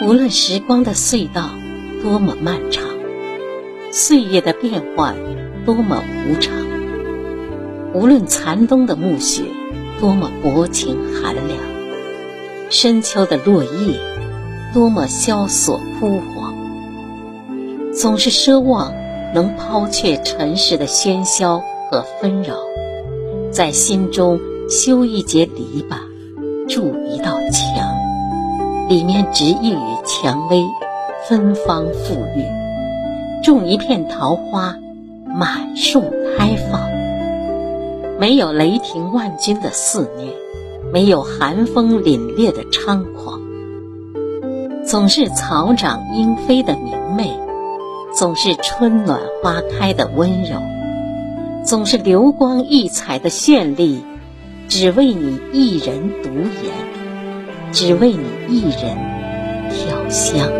无论时光的隧道多么漫长，岁月的变幻多么无常，无论残冬的暮雪多么薄情寒凉，深秋的落叶多么萧索枯黄，总是奢望能抛却尘世的喧嚣和纷扰，在心中修一节篱笆，筑一道墙，里面植一缕蔷薇，芬芳馥郁，种一片桃花，满树开放。没有雷霆万钧的肆虐，没有寒风凛冽的猖狂，总是草长莺飞的明媚，总是春暖花开的温柔，总是流光溢彩的绚丽，只为你一人独颜，只为你一人飘香。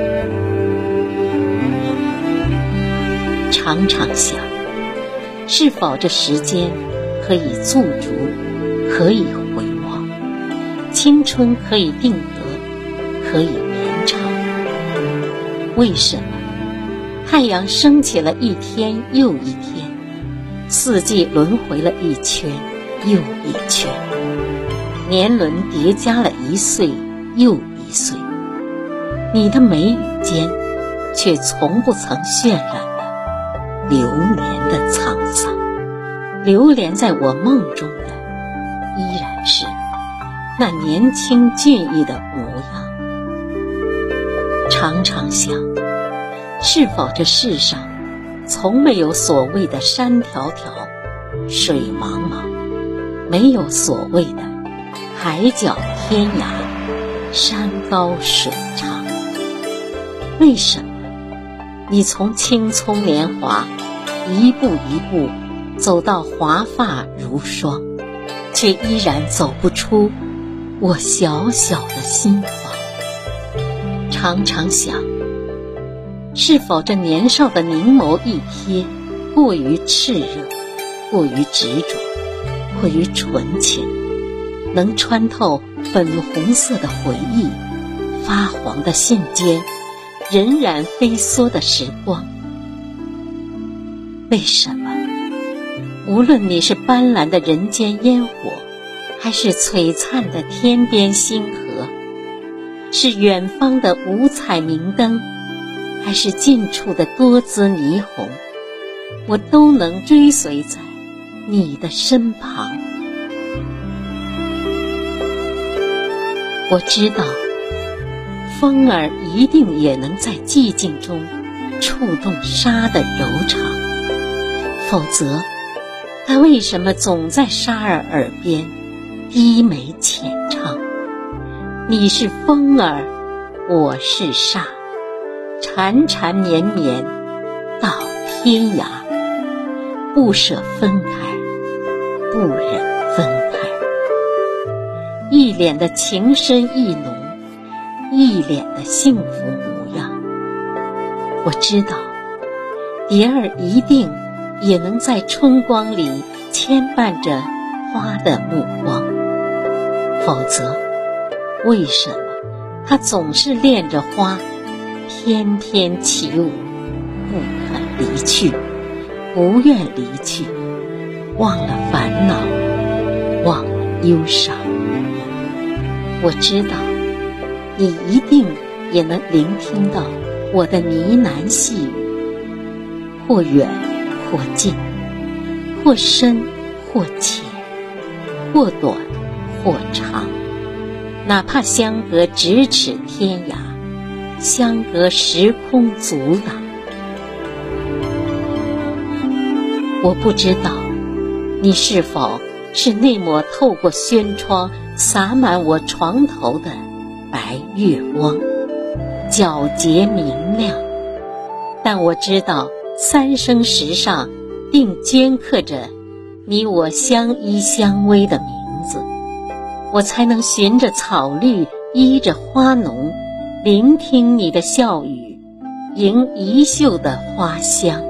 常常想，是否这时间可以驻足，可以回望，青春可以定格，可以绵长。为什么太阳升起了一天又一天，四季轮回了一圈又一圈，年轮叠加了一岁又一岁，你的眉宇间却从不曾渲染了流年的沧桑，流连在我梦中的依然是那年轻俊逸的模样。常常想，是否这世上从没有所谓的山迢迢水茫茫，没有所谓的海角天涯山高水长？为什么你从青葱年华一步一步走到华发如霜，却依然走不出我小小的心房？常常想，是否这年少的凝眸一瞥过于炽热，过于执着，过于纯情，能穿透粉红色的回忆，发黄的信笺，荏苒飞梭的时光？为什么无论你是斑斓的人间烟火，还是璀璨的天边星河，是远方的五彩明灯，还是近处的多姿霓虹，我都能追随在你的身旁？我知道风儿一定也能在寂静中触动沙的柔肠，否则他为什么总在沙儿耳边低眉浅唱？你是风儿，我是沙，缠缠绵绵到天涯，不舍分开，不忍分开。一脸的情深意浓，一脸的幸福模样。我知道蝶儿一定也能在春光里牵绊着花的目光，否则为什么它总是恋着花翩翩起舞，不肯离去，不愿离去，忘了烦恼，忘了忧伤？我知道你一定也能聆听到我的呢喃细语，或远或近，或深或浅，或短或长，哪怕相隔咫尺天涯，相隔时空阻挡。我不知道你是否是那抹透过轩窗洒满我床头的白月光，皎洁明亮，但我知道三生石上定镌刻着你我相依相偎的名字，我才能循着草绿，依着花浓，聆听你的笑语，迎一袖的花香。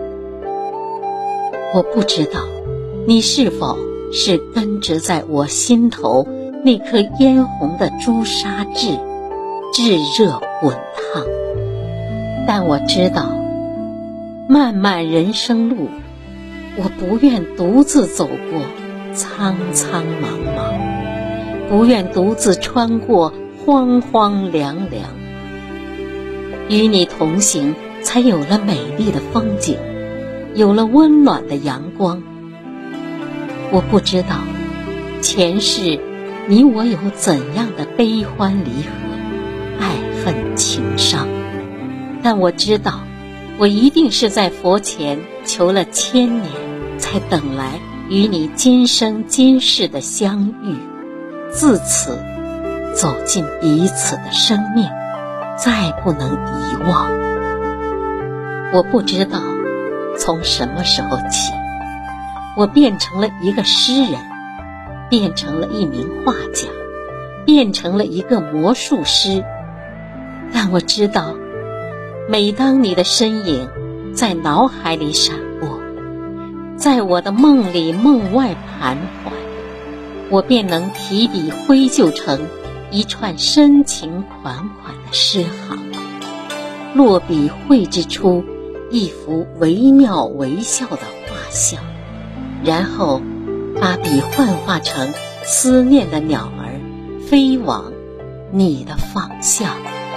我不知道你是否是根植在我心头那颗嫣红的朱砂痣， 炙热滚烫。但我知道，漫漫人生路，我不愿独自走过苍苍茫茫，不愿独自穿过荒荒凉凉。与你同行，才有了美丽的风景，有了温暖的阳光。我不知道前世你我有怎样的悲欢离合、爱恨情伤，但我知道我一定是在佛前求了千年，才等来与你今生今世的相遇，自此走进彼此的生命，再不能遗忘。我不知道从什么时候起，我变成了一个诗人，变成了一名画家，变成了一个魔术师。但我知道，每当你的身影在脑海里闪过，在我的梦里梦外徘徊，我便能提笔挥就成一串深情款款的诗行，落笔绘制出一幅惟妙惟肖的画像，然后把笔幻化成思念的鸟儿飞往你的方向。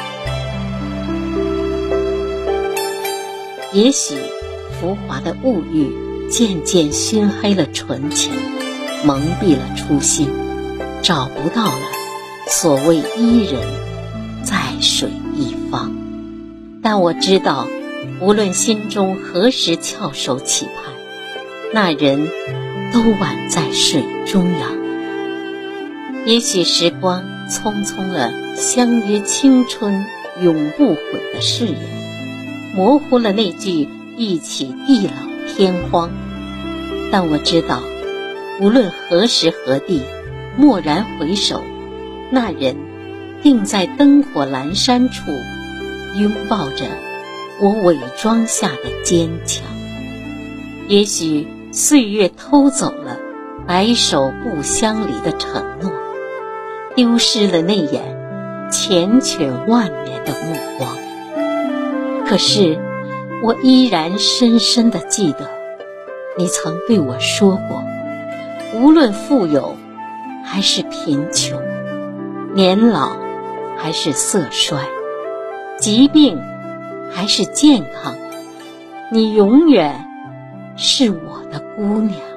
也许浮华的物欲渐渐熏黑了纯情，蒙蔽了初心，找不到了所谓伊人在水一方。但我知道，无论心中何时翘首企盼，那人都宛在水中央。也许时光匆匆了相约青春永不悔的誓言，模糊了那句一起地老天荒。但我知道，无论何时何地，蓦然回首，那人定在灯火阑珊处，拥抱着我伪装下的坚强。也许岁月偷走了白首不相离的承诺，丢失了那眼缱绻万年的目光。可是我依然深深地记得，你曾对我说过，无论富有还是贫穷，年老还是色衰，疾病还是健康，你永远是我的姑娘。